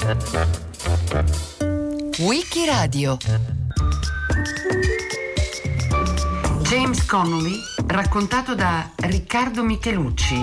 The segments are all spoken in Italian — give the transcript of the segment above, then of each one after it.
Wikiradio. James Connolly, raccontato da Riccardo Michelucci.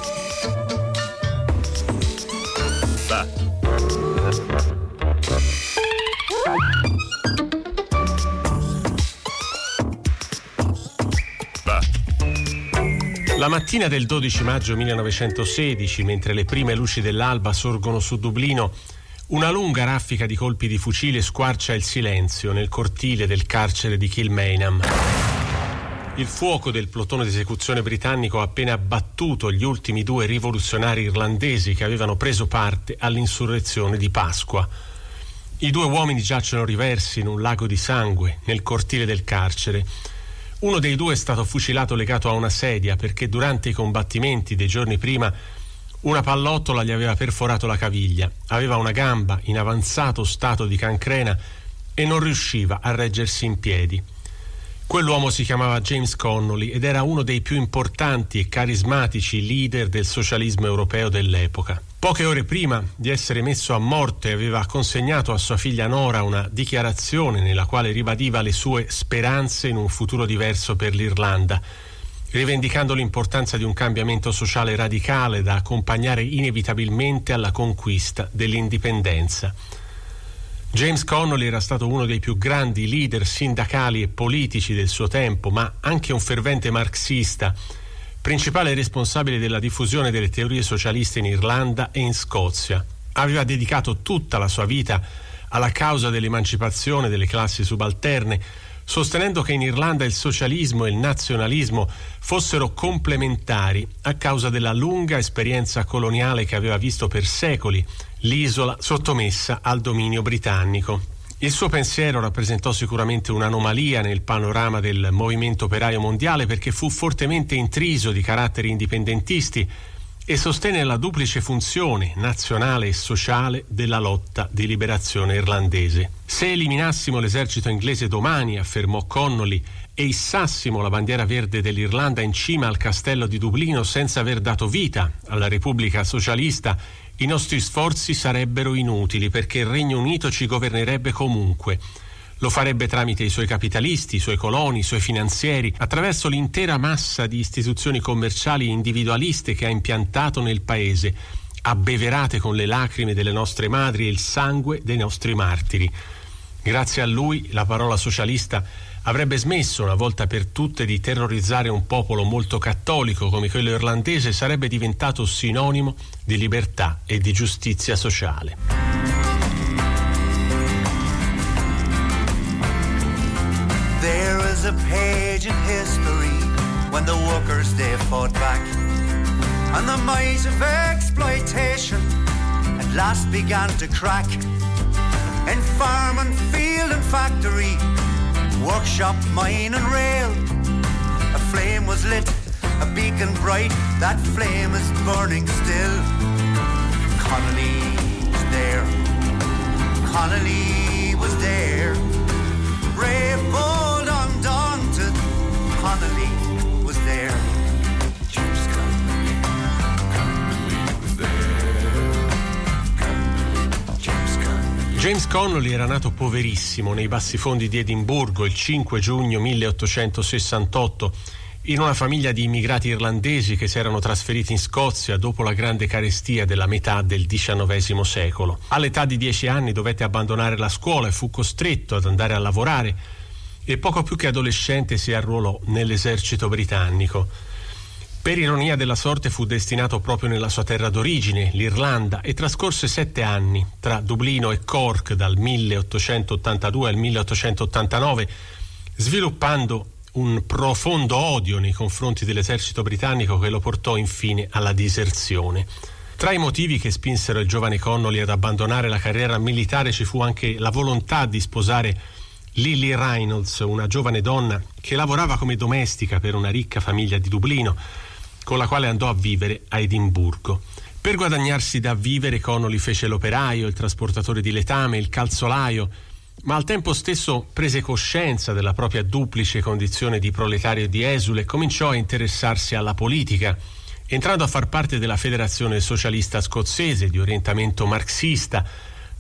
La mattina del 12 maggio 1916, mentre le prime luci dell'alba sorgono su Dublino, una lunga raffica di colpi di fucile squarcia il silenzio nel cortile del carcere di Kilmainham. Il fuoco del plotone d'esecuzione britannico ha appena abbattuto gli ultimi 2 rivoluzionari irlandesi che avevano preso parte all'insurrezione di Pasqua. I 2 uomini giacciono riversi in un lago di sangue nel cortile del carcere. Uno dei 2 è stato fucilato legato a una sedia perché durante i combattimenti dei giorni prima una pallottola gli aveva perforato la caviglia, aveva una gamba in avanzato stato di cancrena e non riusciva a reggersi in piedi. Quell'uomo si chiamava James Connolly ed era uno dei più importanti e carismatici leader del socialismo europeo dell'epoca. Poche ore prima di essere messo a morte aveva consegnato a sua figlia Nora una dichiarazione nella quale ribadiva le sue speranze in un futuro diverso per l'Irlanda, rivendicando l'importanza di un cambiamento sociale radicale da accompagnare inevitabilmente alla conquista dell'indipendenza. James Connolly era stato uno dei più grandi leader sindacali e politici del suo tempo, ma anche un fervente marxista, principale responsabile della diffusione delle teorie socialiste in Irlanda e in Scozia. Aveva dedicato tutta la sua vita alla causa dell'emancipazione delle classi subalterne, sostenendo che in Irlanda il socialismo e il nazionalismo fossero complementari a causa della lunga esperienza coloniale che aveva visto per secoli l'isola sottomessa al dominio britannico. Il suo pensiero rappresentò sicuramente un'anomalia nel panorama del movimento operaio mondiale perché fu fortemente intriso di caratteri indipendentisti e sostenne la duplice funzione nazionale e sociale della lotta di liberazione irlandese. Se eliminassimo l'esercito inglese domani, affermò Connolly, e issassimo la bandiera verde dell'Irlanda in cima al castello di Dublino senza aver dato vita alla Repubblica Socialista, i nostri sforzi sarebbero inutili perché il Regno Unito ci governerebbe comunque. Lo farebbe tramite i suoi capitalisti, i suoi coloni, i suoi finanzieri, attraverso l'intera massa di istituzioni commerciali individualiste che ha impiantato nel paese, abbeverate con le lacrime delle nostre madri e il sangue dei nostri martiri. Grazie a lui la parola socialista avrebbe smesso una volta per tutte di terrorizzare un popolo molto cattolico come quello irlandese e sarebbe diventato sinonimo di libertà e di giustizia sociale. There is a page in history when the workers they fought back and the might of exploitation at last began to crack. In farm and field and factory, workshop, mine and rail, a flame was lit, a beacon bright, that flame is burning still. Connolly was there, Connolly was there, brave, bold, undaunted, Connolly was there. James Connolly was there, James Connolly. James Connolly era nato poverissimo nei bassifondi di Edimburgo il 5 giugno 1868 in una famiglia di immigrati irlandesi che si erano trasferiti in Scozia dopo la grande carestia della metà del XIX secolo. All'età di 10 anni dovette abbandonare la scuola e fu costretto ad andare a lavorare e poco più che adolescente si arruolò nell'esercito britannico. Per ironia della sorte fu destinato proprio nella sua terra d'origine, l'Irlanda, e trascorse 7 anni tra Dublino e Cork dal 1882 al 1889, sviluppando un profondo odio nei confronti dell'esercito britannico che lo portò infine alla diserzione. Tra i motivi che spinsero il giovane Connolly ad abbandonare la carriera militare ci fu anche la volontà di sposare Lily Reynolds, una giovane donna che lavorava come domestica per una ricca famiglia di Dublino, con la quale andò a vivere a Edimburgo. Per guadagnarsi da vivere Connolly fece l'operaio, il trasportatore di letame, il calzolaio, ma al tempo stesso prese coscienza della propria duplice condizione di proletario e di esule e cominciò a interessarsi alla politica, entrando a far parte della Federazione Socialista Scozzese di orientamento marxista,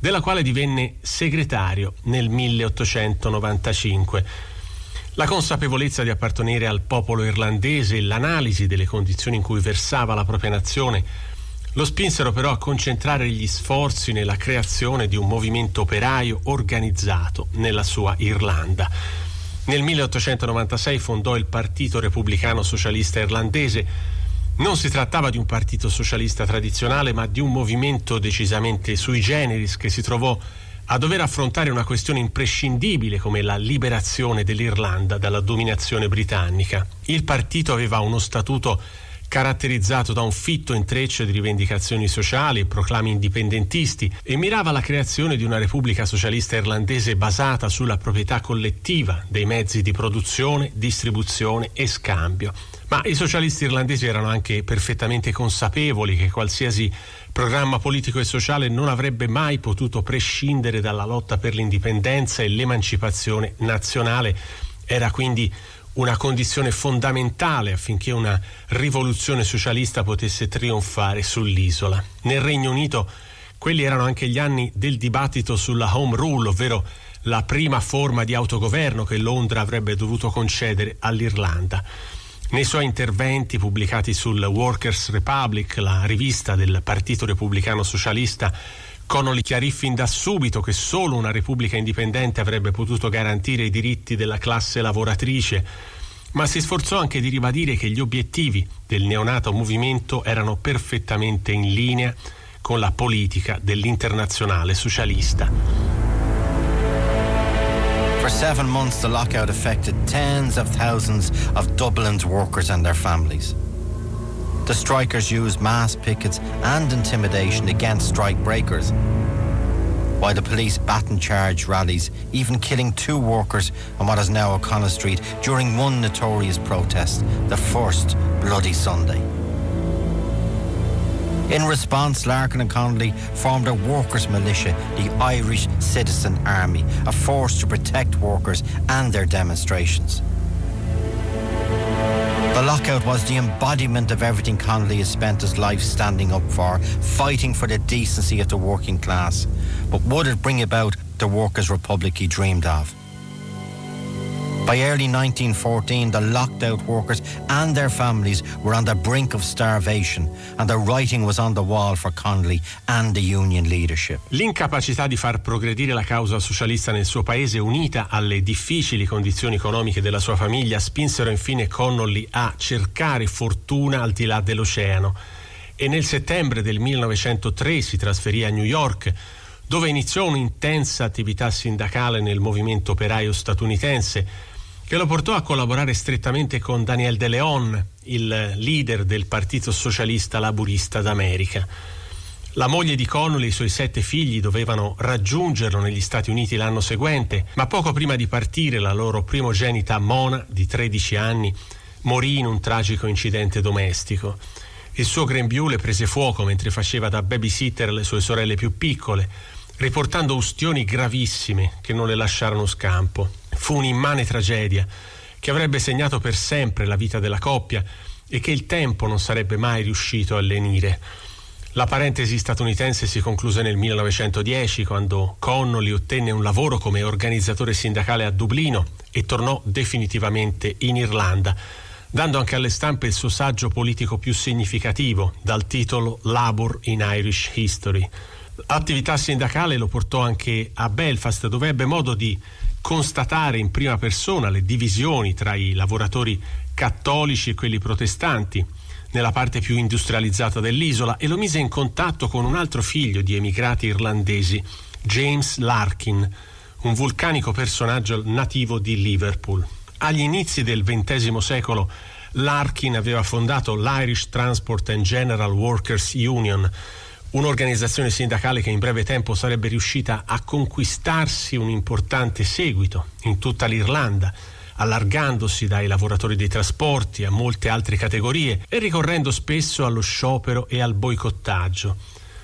della quale divenne segretario nel 1895. La consapevolezza di appartenere al popolo irlandese e l'analisi delle condizioni in cui versava la propria nazione lo spinsero però a concentrare gli sforzi nella creazione di un movimento operaio organizzato nella sua Irlanda. Nel 1896 fondò il Partito Repubblicano Socialista Irlandese. Non si trattava di un partito socialista tradizionale, ma di un movimento decisamente sui generis che si trovò a dover affrontare una questione imprescindibile come la liberazione dell'Irlanda dalla dominazione britannica. Il partito aveva uno statuto caratterizzato da un fitto intreccio di rivendicazioni sociali e proclami indipendentisti e mirava alla creazione di una repubblica socialista irlandese basata sulla proprietà collettiva dei mezzi di produzione, distribuzione e scambio. Ma i socialisti irlandesi erano anche perfettamente consapevoli che qualsiasi programma politico e sociale non avrebbe mai potuto prescindere dalla lotta per l'indipendenza e l'emancipazione nazionale. Era quindi una condizione fondamentale affinché una rivoluzione socialista potesse trionfare sull'isola. Nel Regno Unito quelli erano anche gli anni del dibattito sulla Home Rule, ovvero la prima forma di autogoverno che Londra avrebbe dovuto concedere all'Irlanda. Nei suoi interventi pubblicati sul Workers' Republic, la rivista del Partito Repubblicano Socialista, Connolly chiarì fin da subito che solo una repubblica indipendente avrebbe potuto garantire i diritti della classe lavoratrice, ma si sforzò anche di ribadire che gli obiettivi del neonato movimento erano perfettamente in linea con la politica dell'Internazionale socialista. For 7 months, the lockout affected tens of thousands of Dublin's workers and their families. The strikers used mass pickets and intimidation against strike breakers, while the police baton-charged rallies, even killing 2 workers on what is now O'Connell Street during one notorious protest, the first Bloody Sunday. In response, Larkin and Connolly formed a workers' militia, the Irish Citizen Army, a force to protect workers and their demonstrations. The lockout was the embodiment of everything Connolly has spent his life standing up for, fighting for the decency of the working class. But would it bring about the workers' republic he dreamed of? By early 1914, the locked-out workers and their families were on the brink of starvation, and the writing was on the wall for Connolly and the union leadership. L'incapacità di far progredire la causa socialista nel suo paese, unita alle difficili condizioni economiche della sua famiglia, spinsero infine Connolly a cercare fortuna al di là dell'oceano, e nel settembre del 1903 si trasferì a New York, dove iniziò un'intensa attività sindacale nel movimento operaio statunitense, che lo portò a collaborare strettamente con Daniel De Leon, il leader del Partito Socialista Laburista d'America. La moglie di Connolly e i suoi 7 figli dovevano raggiungerlo negli Stati Uniti l'anno seguente, ma poco prima di partire la loro primogenita Mona, di 13 anni, morì in un tragico incidente domestico. Il suo grembiule prese fuoco mentre faceva da babysitter alle sue sorelle più piccole, riportando ustioni gravissime che non le lasciarono scampo. Fu un'immane tragedia che avrebbe segnato per sempre la vita della coppia e che il tempo non sarebbe mai riuscito a lenire. La parentesi statunitense si concluse nel 1910, quando Connolly ottenne un lavoro come organizzatore sindacale a Dublino e tornò definitivamente in Irlanda, dando anche alle stampe il suo saggio politico più significativo, dal titolo Labour in Irish History. L'attività sindacale lo portò anche a Belfast, dove ebbe modo di constatare in prima persona le divisioni tra i lavoratori cattolici e quelli protestanti nella parte più industrializzata dell'isola, e lo mise in contatto con un altro figlio di emigrati irlandesi, James Larkin, un vulcanico personaggio nativo di Liverpool. Agli inizi del XX secolo Larkin aveva fondato l'Irish Transport and General Workers Union, un'organizzazione sindacale che in breve tempo sarebbe riuscita a conquistarsi un importante seguito in tutta l'Irlanda, allargandosi dai lavoratori dei trasporti a molte altre categorie e ricorrendo spesso allo sciopero e al boicottaggio.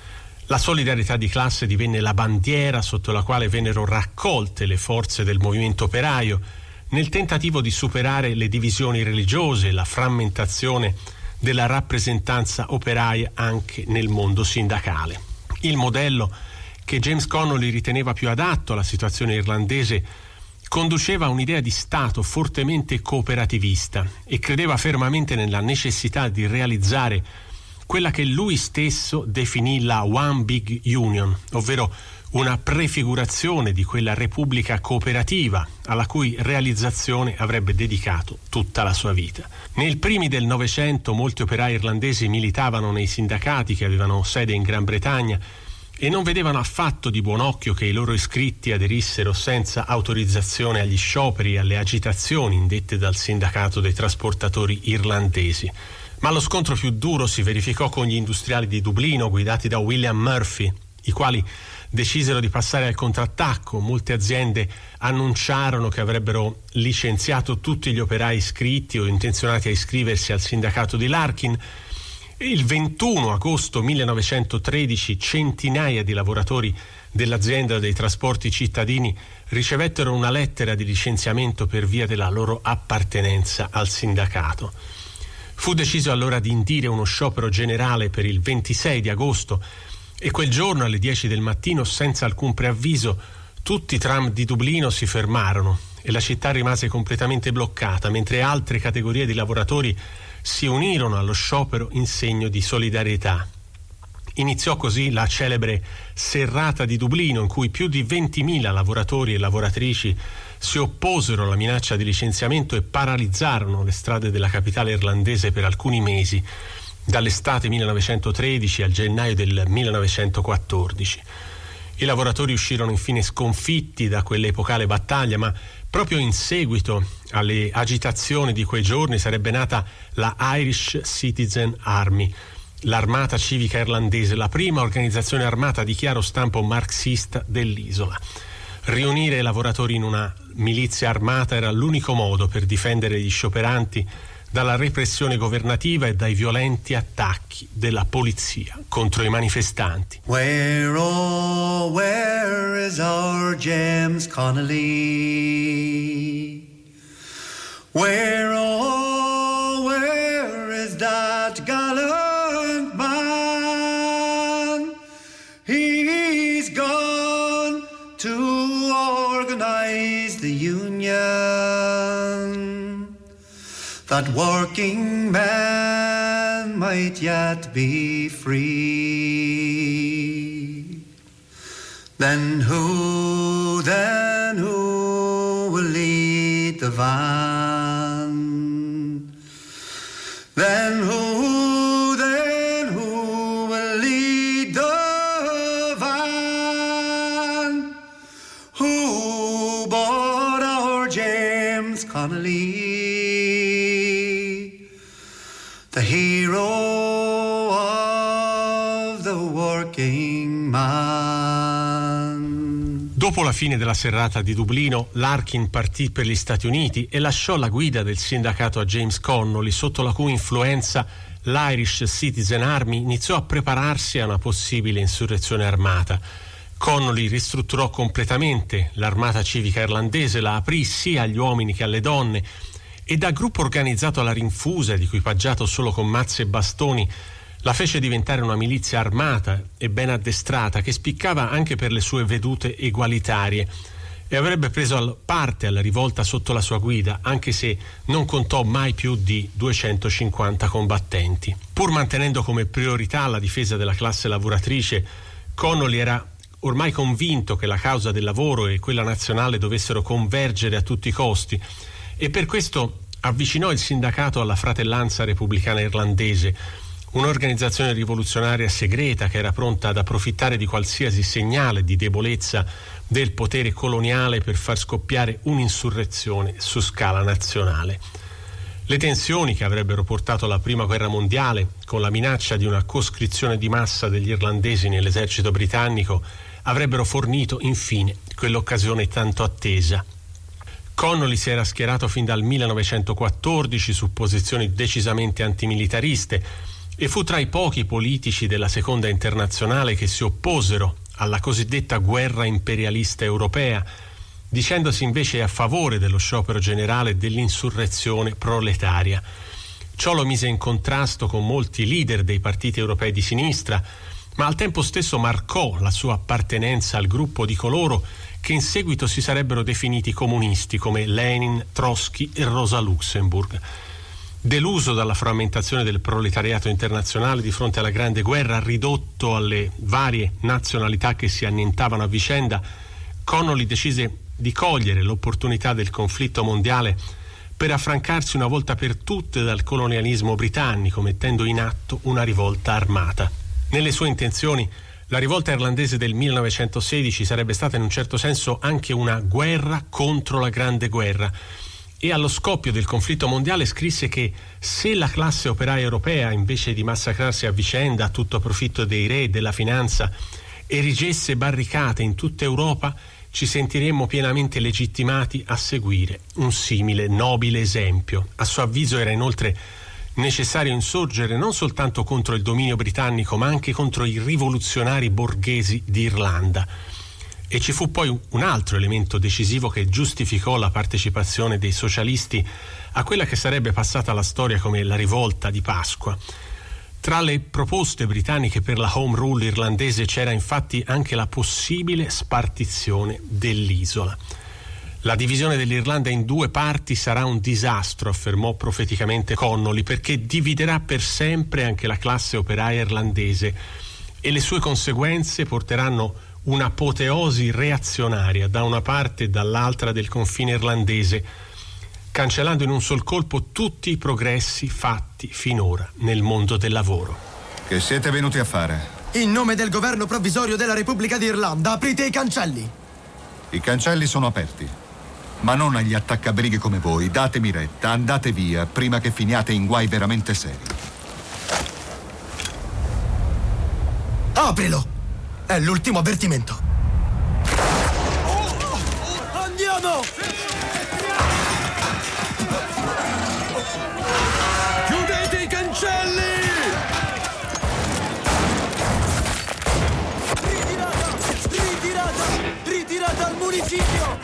La solidarietà di classe divenne la bandiera sotto la quale vennero raccolte le forze del movimento operaio nel tentativo di superare le divisioni religiose e la frammentazione della rappresentanza operaia anche nel mondo sindacale. Il modello che James Connolly riteneva più adatto alla situazione irlandese, conduceva a un'idea di Stato fortemente cooperativista e credeva fermamente nella necessità di realizzare quella che lui stesso definì la One Big Union, ovvero una prefigurazione di quella repubblica cooperativa alla cui realizzazione avrebbe dedicato tutta la sua vita. Nei primi del Novecento molti operai irlandesi militavano nei sindacati che avevano sede in Gran Bretagna e non vedevano affatto di buon occhio che i loro iscritti aderissero senza autorizzazione agli scioperi e alle agitazioni indette dal sindacato dei trasportatori irlandesi. Ma lo scontro più duro si verificò con gli industriali di Dublino guidati da William Murphy, i quali decisero di passare al contrattacco. Molte aziende annunciarono che avrebbero licenziato tutti gli operai iscritti o intenzionati a iscriversi al sindacato di Larkin. Il 21 agosto 1913 centinaia di lavoratori dell'azienda dei trasporti cittadini ricevettero una lettera di licenziamento per via della loro appartenenza al sindacato. Fu deciso allora di indire uno sciopero generale per il 26 di agosto e quel giorno alle 10 del mattino, senza alcun preavviso, tutti i tram di Dublino si fermarono e la città rimase completamente bloccata, mentre altre categorie di lavoratori si unirono allo sciopero in segno di solidarietà. Iniziò così la celebre Serrata di Dublino, in cui più di 20.000 lavoratori e lavoratrici si opposero alla minaccia di licenziamento e paralizzarono le strade della capitale irlandese per alcuni mesi, dall'estate 1913 al gennaio del 1914. I lavoratori uscirono infine sconfitti da quell'epocale battaglia, ma proprio in seguito alle agitazioni di quei giorni sarebbe nata la Irish Citizen Army, l'armata civica irlandese, la prima organizzazione armata di chiaro stampo marxista dell'isola. Riunire i lavoratori in una milizia armata era l'unico modo per difendere gli scioperanti dalla repressione governativa e dai violenti attacchi della polizia contro i manifestanti. Where, oh, where is our James Connolly? Where, oh, where is that gallant man? He's gone to organize the union, that working men might yet be free. Then who will lead the van? Then who will lead the van? Who but our James Connolly, the hero of the working man. Dopo la fine della serrata di Dublino, Larkin partì per gli Stati Uniti e lasciò la guida del sindacato a James Connolly, sotto la cui influenza l'Irish Citizen Army iniziò a prepararsi a una possibile insurrezione armata. Connolly ristrutturò completamente l'armata civica irlandese, la aprì sia agli uomini che alle donne e da gruppo organizzato alla rinfusa ed equipaggiato solo con mazze e bastoni la fece diventare una milizia armata e ben addestrata che spiccava anche per le sue vedute egualitarie e avrebbe preso parte alla rivolta sotto la sua guida, anche se non contò mai più di 250 combattenti. Pur mantenendo come priorità la difesa della classe lavoratrice, Connolly era ormai convinto che la causa del lavoro e quella nazionale dovessero convergere a tutti i costi e per questo avvicinò il sindacato alla Fratellanza Repubblicana Irlandese, un'organizzazione rivoluzionaria segreta che era pronta ad approfittare di qualsiasi segnale di debolezza del potere coloniale per far scoppiare un'insurrezione su scala nazionale. Le tensioni che avrebbero portato alla Prima Guerra Mondiale, con la minaccia di una coscrizione di massa degli irlandesi nell'esercito britannico, avrebbero fornito infine quell'occasione tanto attesa. Connolly si era schierato fin dal 1914 su posizioni decisamente antimilitariste e fu tra i pochi politici della Seconda Internazionale che si opposero alla cosiddetta guerra imperialista europea, dicendosi invece a favore dello sciopero generale e dell'insurrezione proletaria. Ciò lo mise in contrasto con molti leader dei partiti europei di sinistra ma al tempo stesso marcò la sua appartenenza al gruppo di coloro che in seguito si sarebbero definiti comunisti, come Lenin, Trotsky e Rosa Luxemburg. Deluso dalla frammentazione del proletariato internazionale di fronte alla Grande Guerra, ridotto alle varie nazionalità che si annientavano a vicenda, Connolly decise di cogliere l'opportunità del conflitto mondiale per affrancarsi una volta per tutte dal colonialismo britannico, mettendo in atto una rivolta armata. Nelle sue intenzioni, la rivolta irlandese del 1916 sarebbe stata in un certo senso anche una guerra contro la Grande Guerra, e allo scoppio del conflitto mondiale scrisse che se la classe operaia europea, invece di massacrarsi a vicenda a tutto profitto dei re e della finanza, erigesse barricate in tutta Europa, ci sentiremmo pienamente legittimati a seguire un simile nobile esempio. A suo avviso era inoltre necessario insorgere non soltanto contro il dominio britannico, ma anche contro i rivoluzionari borghesi d'Irlanda. E ci fu poi un altro elemento decisivo che giustificò la partecipazione dei socialisti a quella che sarebbe passata alla storia come la rivolta di Pasqua. Tra le proposte britanniche per la home rule irlandese c'era infatti anche la possibile spartizione dell'isola. La divisione dell'Irlanda in due parti sarà un disastro, affermò profeticamente Connolly, perché dividerà per sempre anche la classe operaia irlandese e le sue conseguenze porteranno un'apoteosi reazionaria da una parte e dall'altra del confine irlandese, cancellando in un sol colpo tutti i progressi fatti finora nel mondo del lavoro. Che siete venuti a fare? In nome del governo provvisorio della Repubblica d'Irlanda, aprite i cancelli. I cancelli sono aperti, ma non agli attaccabrighe come voi. Datemi retta, andate via prima che finiate in guai veramente seri. Aprilo! È l'ultimo avvertimento. Andiamo! Chiudete i cancelli! Ritirata al municipio!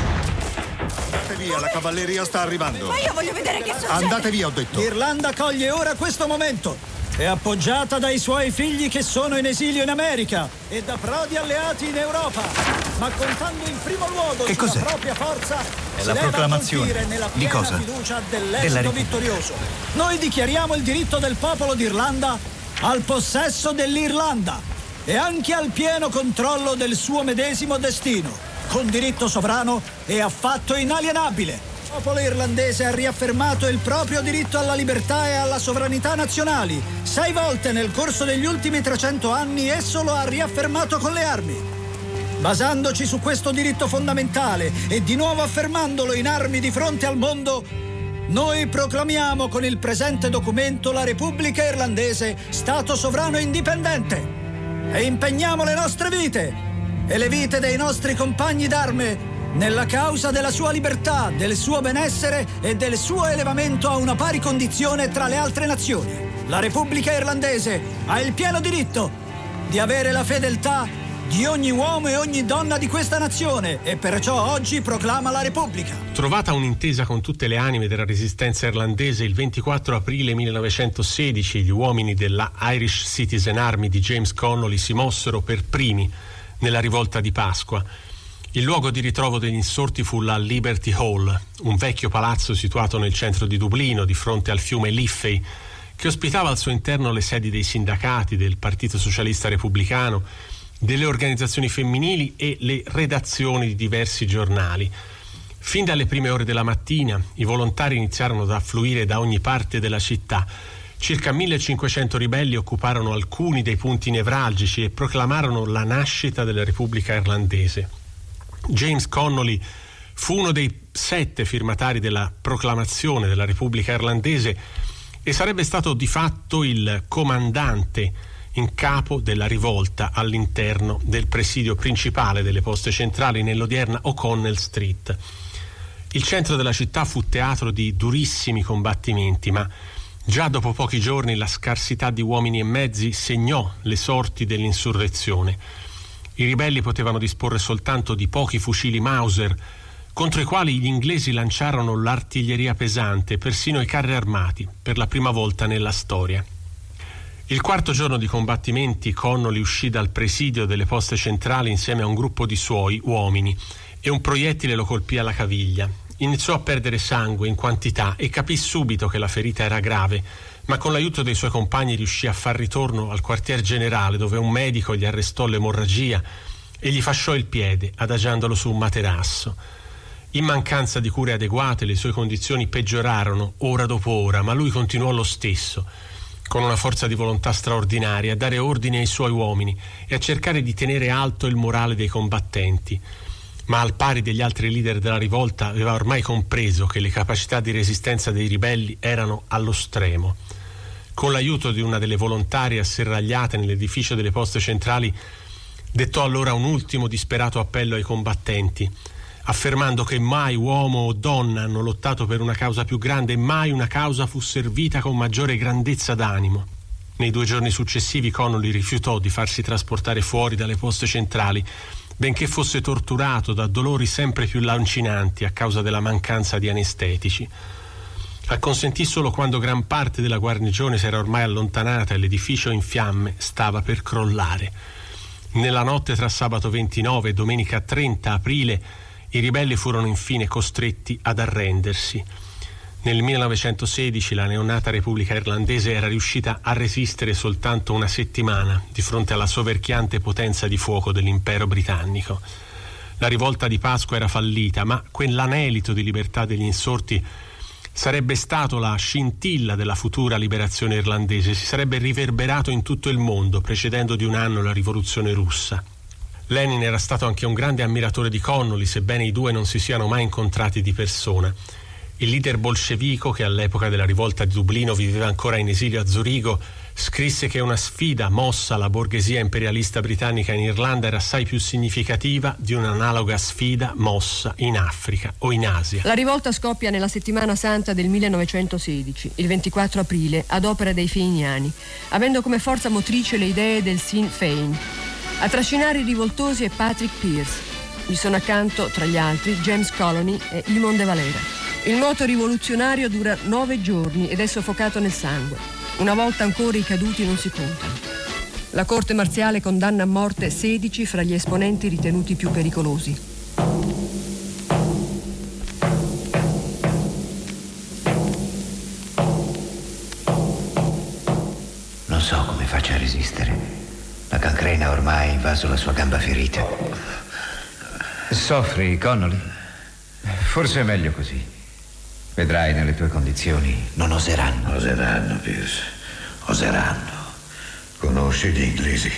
Andate via, la cavalleria sta arrivando. Ma io voglio vedere che succede! Andate via, ho detto. L'Irlanda coglie ora questo momento. È appoggiata dai suoi figli che sono in esilio in America e da prodi alleati in Europa, ma contando in primo luogo sulla propria forza, è la proclamazione nella di piena cosa? fiducia dell'esito vittorioso. Noi dichiariamo il diritto del popolo d'Irlanda al possesso dell'Irlanda e anche al pieno controllo del suo medesimo destino, con diritto sovrano e affatto inalienabile. Il popolo irlandese ha riaffermato il proprio diritto alla libertà e alla sovranità nazionali. 6 volte nel corso degli ultimi 300 anni esso lo ha riaffermato con le armi. Basandoci su questo diritto fondamentale e di nuovo affermandolo in armi di fronte al mondo, noi proclamiamo con il presente documento la Repubblica Irlandese Stato sovrano e indipendente e impegniamo le nostre vite e le vite dei nostri compagni d'arme nella causa della sua libertà, del suo benessere e del suo elevamento a una pari condizione tra le altre nazioni. La Repubblica Irlandese ha il pieno diritto di avere la fedeltà di ogni uomo e ogni donna di questa nazione e perciò oggi proclama la Repubblica. Trovata un'intesa con tutte le anime della resistenza irlandese, il 24 aprile 1916 gli uomini della Irish Citizen Army di James Connolly si mossero per primi nella rivolta di Pasqua. Il luogo di ritrovo degli insorti fu la Liberty Hall, un vecchio palazzo situato nel centro di Dublino, di fronte al fiume Liffey, che ospitava al suo interno le sedi dei sindacati, del Partito Socialista Repubblicano, delle organizzazioni femminili e le redazioni di diversi giornali. Fin dalle prime ore della mattina i volontari iniziarono ad affluire da ogni parte della città. Circa 1500 ribelli occuparono alcuni dei punti nevralgici e proclamarono la nascita della Repubblica Irlandese. James Connolly fu uno dei 7 firmatari della proclamazione della Repubblica Irlandese e sarebbe stato di fatto il comandante in capo della rivolta all'interno del presidio principale delle poste centrali nell'odierna O'Connell Street. Il centro della città fu teatro di durissimi combattimenti, ma già dopo pochi giorni la scarsità di uomini e mezzi segnò le sorti dell'insurrezione. I ribelli potevano disporre soltanto di pochi fucili Mauser, contro i quali gli inglesi lanciarono l'artiglieria pesante, persino i carri armati, per la prima volta nella storia. Il quarto giorno di combattimenti, Connolly uscì dal presidio delle poste centrali insieme a un gruppo di suoi uomini e un proiettile lo colpì alla caviglia. Iniziò a perdere sangue in quantità e capì subito che la ferita era grave, ma con l'aiuto dei suoi compagni riuscì a far ritorno al quartier generale, dove un medico gli arrestò l'emorragia e gli fasciò il piede, adagiandolo su un materasso. In mancanza di cure adeguate, le sue condizioni peggiorarono ora dopo ora, ma lui continuò lo stesso, con una forza di volontà straordinaria, a dare ordine ai suoi uomini e a cercare di tenere alto il morale dei combattenti. Ma al pari degli altri leader della rivolta aveva ormai compreso che le capacità di resistenza dei ribelli erano allo stremo. Con l'aiuto di una delle volontarie asserragliate nell'edificio delle poste centrali, dettò allora un ultimo disperato appello ai combattenti, affermando che mai uomo o donna hanno lottato per una causa più grande e mai una causa fu servita con maggiore grandezza d'animo. Nei 2 giorni successivi Connolly rifiutò di farsi trasportare fuori dalle poste centrali, benché fosse torturato da dolori sempre più lancinanti a causa della mancanza di anestetici. Acconsentì solo quando gran parte della guarnigione si era ormai allontanata e l'edificio in fiamme stava per crollare. Nella notte tra sabato 29 e domenica 30 aprile i ribelli furono infine costretti ad arrendersi. Nel 1916 la neonata Repubblica Irlandese era riuscita a resistere soltanto una settimana di fronte alla soverchiante potenza di fuoco dell'impero britannico. La rivolta di Pasqua era fallita, ma quell'anelito di libertà degli insorti sarebbe stato la scintilla della futura liberazione irlandese, si sarebbe riverberato in tutto il mondo, precedendo di un anno la rivoluzione russa. Lenin era stato anche un grande ammiratore di Connolly, sebbene i due non si siano mai incontrati di persona. Il leader bolscevico, che all'epoca della rivolta di Dublino viveva ancora in esilio a Zurigo, scrisse che una sfida mossa alla borghesia imperialista britannica in Irlanda era assai più significativa di un'analoga sfida mossa in Africa o in Asia. La rivolta scoppia nella settimana santa del 1916, il 24 aprile, ad opera dei feiniani, avendo come forza motrice le idee del Sinn Féin. A trascinare i rivoltosi è Patrick Pearse. Gli sono accanto, tra gli altri, James Connolly e Eamon de Valera. Il moto rivoluzionario dura 9 giorni ed è soffocato nel sangue. Una volta ancora i caduti non si contano. La corte marziale condanna a morte 16 fra gli esponenti ritenuti più pericolosi. Non so come faccia a resistere. La cancrena ha ormai invaso la sua gamba ferita. Soffri, Connolly? Forse è meglio così. Vedrai, nelle tue condizioni non oseranno. Oseranno, Pierce. Oseranno. Conosci gli inglesi.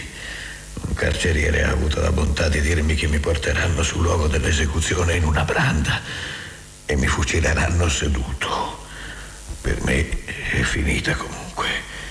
Un carceriere ha avuto la bontà di dirmi che mi porteranno sul luogo dell'esecuzione in una branda e mi fucileranno seduto. Per me è finita comunque.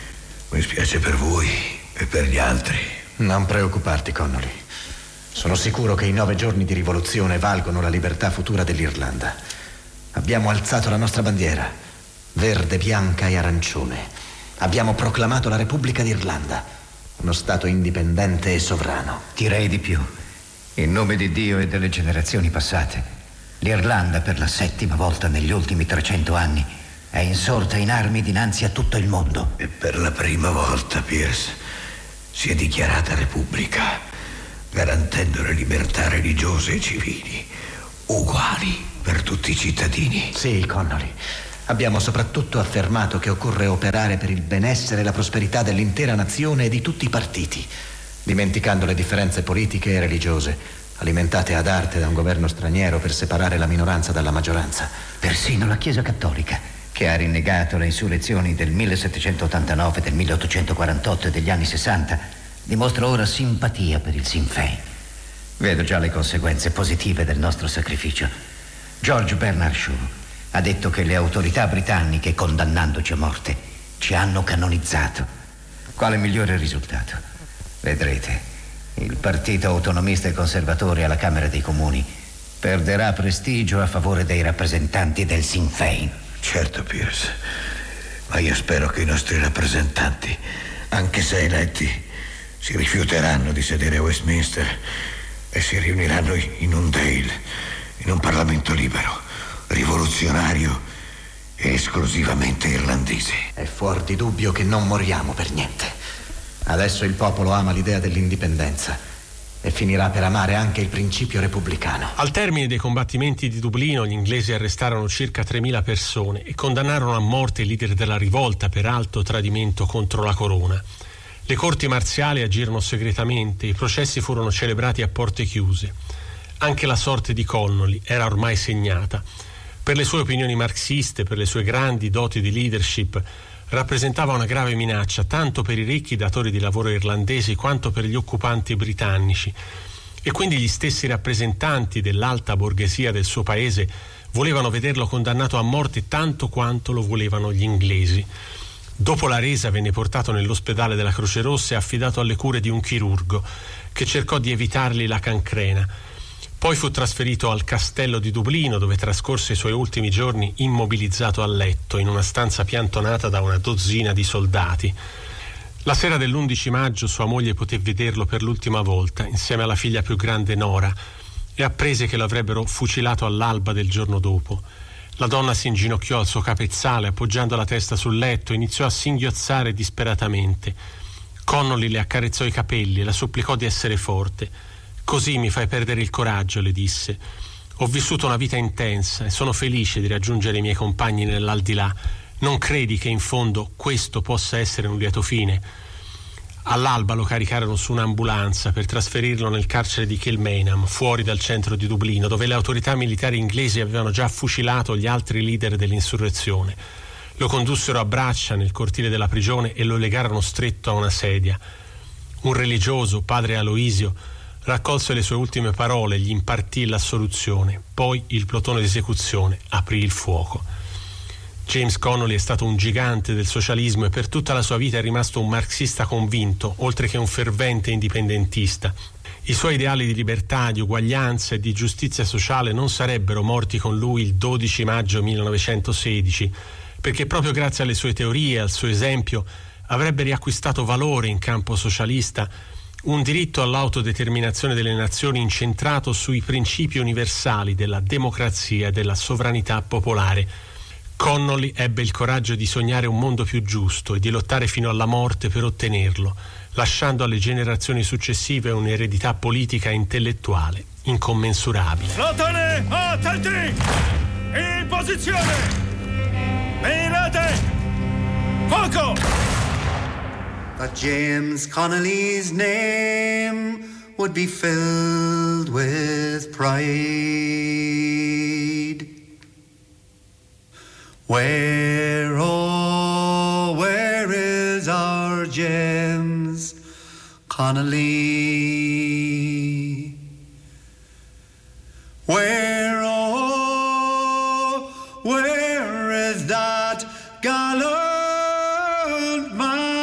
Mi spiace per voi e per gli altri. Non preoccuparti, Connolly. Sono sicuro che i 9 giorni di rivoluzione valgono la libertà futura dell'Irlanda. Abbiamo alzato la nostra bandiera, verde, bianca e arancione. Abbiamo proclamato la Repubblica d'Irlanda, uno Stato indipendente e sovrano. Direi di più. In nome di Dio e delle generazioni passate, l'Irlanda, per la 7ª volta negli ultimi 300 anni, è insorta in armi dinanzi a tutto il mondo. E per la prima volta, Pierce, si è dichiarata Repubblica, garantendo le libertà religiose e civili, uguali per tutti i cittadini. Sì, Connolly. Abbiamo soprattutto affermato che occorre operare per il benessere e la prosperità dell'intera nazione e di tutti i partiti, dimenticando le differenze politiche e religiose, alimentate ad arte da un governo straniero per separare la minoranza dalla maggioranza. Persino la Chiesa Cattolica, che ha rinnegato le insurrezioni del 1789, del 1848 e degli anni 60, dimostra ora simpatia per il Sinn Féin. Vedo già le conseguenze positive del nostro sacrificio. George Bernard Shaw ha detto che le autorità britanniche, condannandoci a morte, ci hanno canonizzato. Quale migliore risultato? Vedrete, il partito autonomista e conservatore alla Camera dei Comuni perderà prestigio a favore dei rappresentanti del Sinn Féin. Certo, Pierce, ma io spero che i nostri rappresentanti, anche se eletti, si rifiuteranno di sedere a Westminster e si riuniranno in un Dáil, in un Parlamento libero, rivoluzionario e esclusivamente irlandese. È fuor di dubbio che non moriamo per niente. Adesso il popolo ama l'idea dell'indipendenza e finirà per amare anche il principio repubblicano. Al termine dei combattimenti di Dublino, gli inglesi arrestarono circa 3.000 persone e condannarono a morte i leader della rivolta per alto tradimento contro la corona. Le corti marziali agirono segretamente, i processi furono celebrati a porte chiuse. Anche la sorte di Connolly era ormai segnata. Per le sue opinioni marxiste, per le sue grandi doti di leadership, rappresentava una grave minaccia tanto per i ricchi datori di lavoro irlandesi quanto per gli occupanti britannici, e quindi gli stessi rappresentanti dell'alta borghesia del suo paese volevano vederlo condannato a morte tanto quanto lo volevano gli inglesi. Dopo la resa venne portato nell'ospedale della Croce Rossa e affidato alle cure di un chirurgo che cercò di evitargli la cancrena. Poi fu trasferito al castello di Dublino, dove trascorse i suoi ultimi giorni immobilizzato a letto in una stanza piantonata da una dozzina di soldati. La sera dell'11 maggio sua moglie poté vederlo per l'ultima volta insieme alla figlia più grande Nora e apprese che lo avrebbero fucilato all'alba del giorno dopo. La donna si inginocchiò al suo capezzale, appoggiando la testa sul letto, e iniziò a singhiozzare disperatamente. Connolly le accarezzò i capelli e la supplicò di essere forte. «Così mi fai perdere il coraggio», le disse. «Ho vissuto una vita intensa e sono felice di raggiungere i miei compagni nell'aldilà. Non credi che in fondo questo possa essere un lieto fine?» All'alba lo caricarono su un'ambulanza per trasferirlo nel carcere di Kilmainham, fuori dal centro di Dublino, dove le autorità militari inglesi avevano già fucilato gli altri leader dell'insurrezione. Lo condussero a braccia nel cortile della prigione e lo legarono stretto a una sedia. Un religioso, padre Aloisio, raccolse le sue ultime parole e gli impartì l'assoluzione. Poi il plotone di esecuzione aprì il fuoco. James Connolly è stato un gigante del socialismo e per tutta la sua vita è rimasto un marxista convinto, oltre che un fervente indipendentista. I suoi ideali di libertà, di uguaglianza e di giustizia sociale non sarebbero morti con lui il 12 maggio 1916, perché proprio grazie alle sue teorie e al suo esempio avrebbe riacquistato valore in campo socialista un diritto all'autodeterminazione delle nazioni incentrato sui principi universali della democrazia e della sovranità popolare. Connolly ebbe il coraggio di sognare un mondo più giusto e di lottare fino alla morte per ottenerlo, lasciando alle generazioni successive un'eredità politica e intellettuale incommensurabile. Flotone, attenti! In posizione! Mirate! Fuoco! That James Connolly's name would be filled with pride. Where, oh, where is our James Connolly? Where, oh, where is that gallant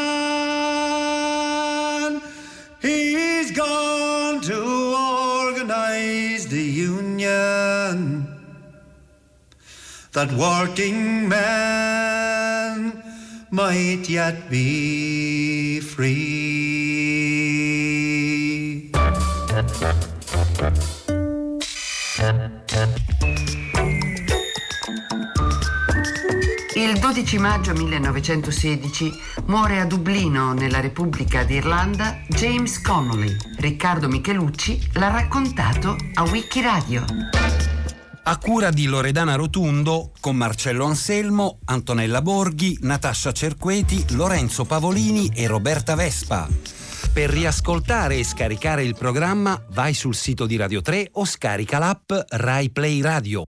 man? He's gone to organize the union, that working men might yet be free. Il 12 maggio 1916 muore a Dublino, nella Repubblica d'Irlanda, James Connolly. Riccardo Michelucci l'ha raccontato a Wikiradio. A cura di Loredana Rotundo, con Marcello Anselmo, Antonella Borghi, Natascia Cerqueti, Lorenzo Pavolini e Roberta Vespa. Per riascoltare e scaricare il programma vai sul sito di Radio 3 o scarica l'app Rai Play Radio.